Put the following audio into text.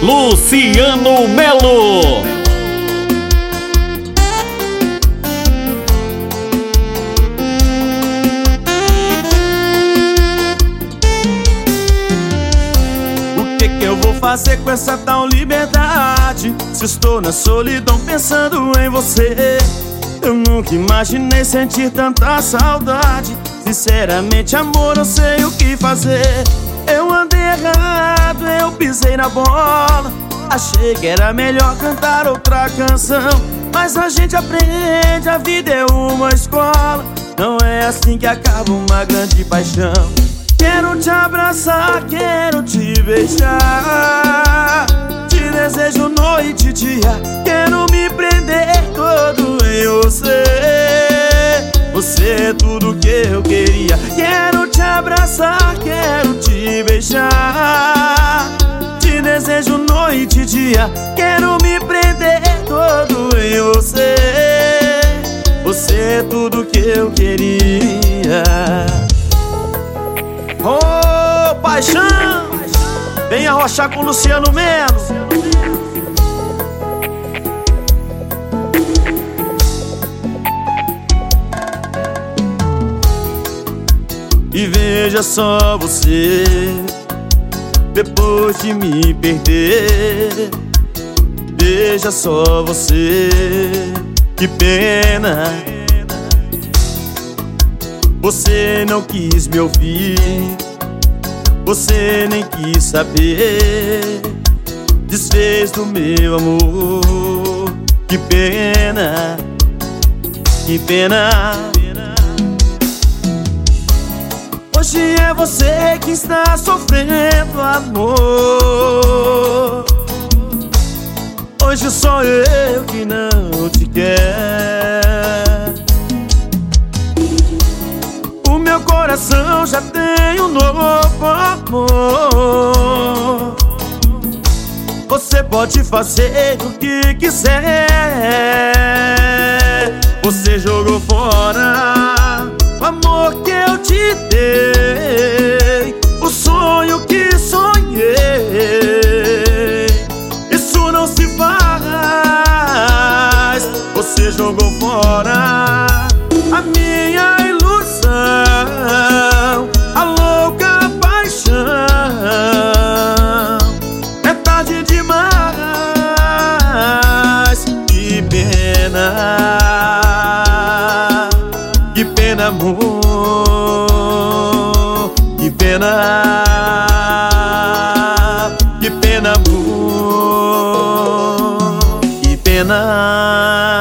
Luciano Melo. O que eu vou fazer com essa tal liberdade, se estou na solidão pensando em você? Eu nunca imaginei sentir tanta saudade. Sinceramente, amor, não sei o que fazer. Eu andei errado, eu pisei na bola. Achei que era melhor cantar outra canção, mas a gente aprende, a vida é uma escola. Não é assim que acaba uma grande paixão. Quero te abraçar, quero te beijar, te desejo noite e dia. Quero me prender todo em você. Você é tudo que eu queria. Quero te abraçar, quero te beijar, te desejo noite e dia. Quero me prender todo em você. Você é tudo que eu queria. Oh, paixão! Vem arrochar com Luciano Melo. E veja só você, depois de me perder. Veja só você, que pena. Você não quis me ouvir, você nem quis saber. Desfez do meu amor, que pena, que pena. Hoje é você que está sofrendo, amor. Hoje sou eu que não te quero. O meu coração já tem um novo amor. Você pode fazer o que quiser. Você jogou fora o amor que eu te dei, o sonho que sonhei. Isso não se faz. Você jogou fora a minha ilusão, a louca paixão. É tarde demais. Que pena, que pena, amor. Que pena, que pena, amor. Que pena.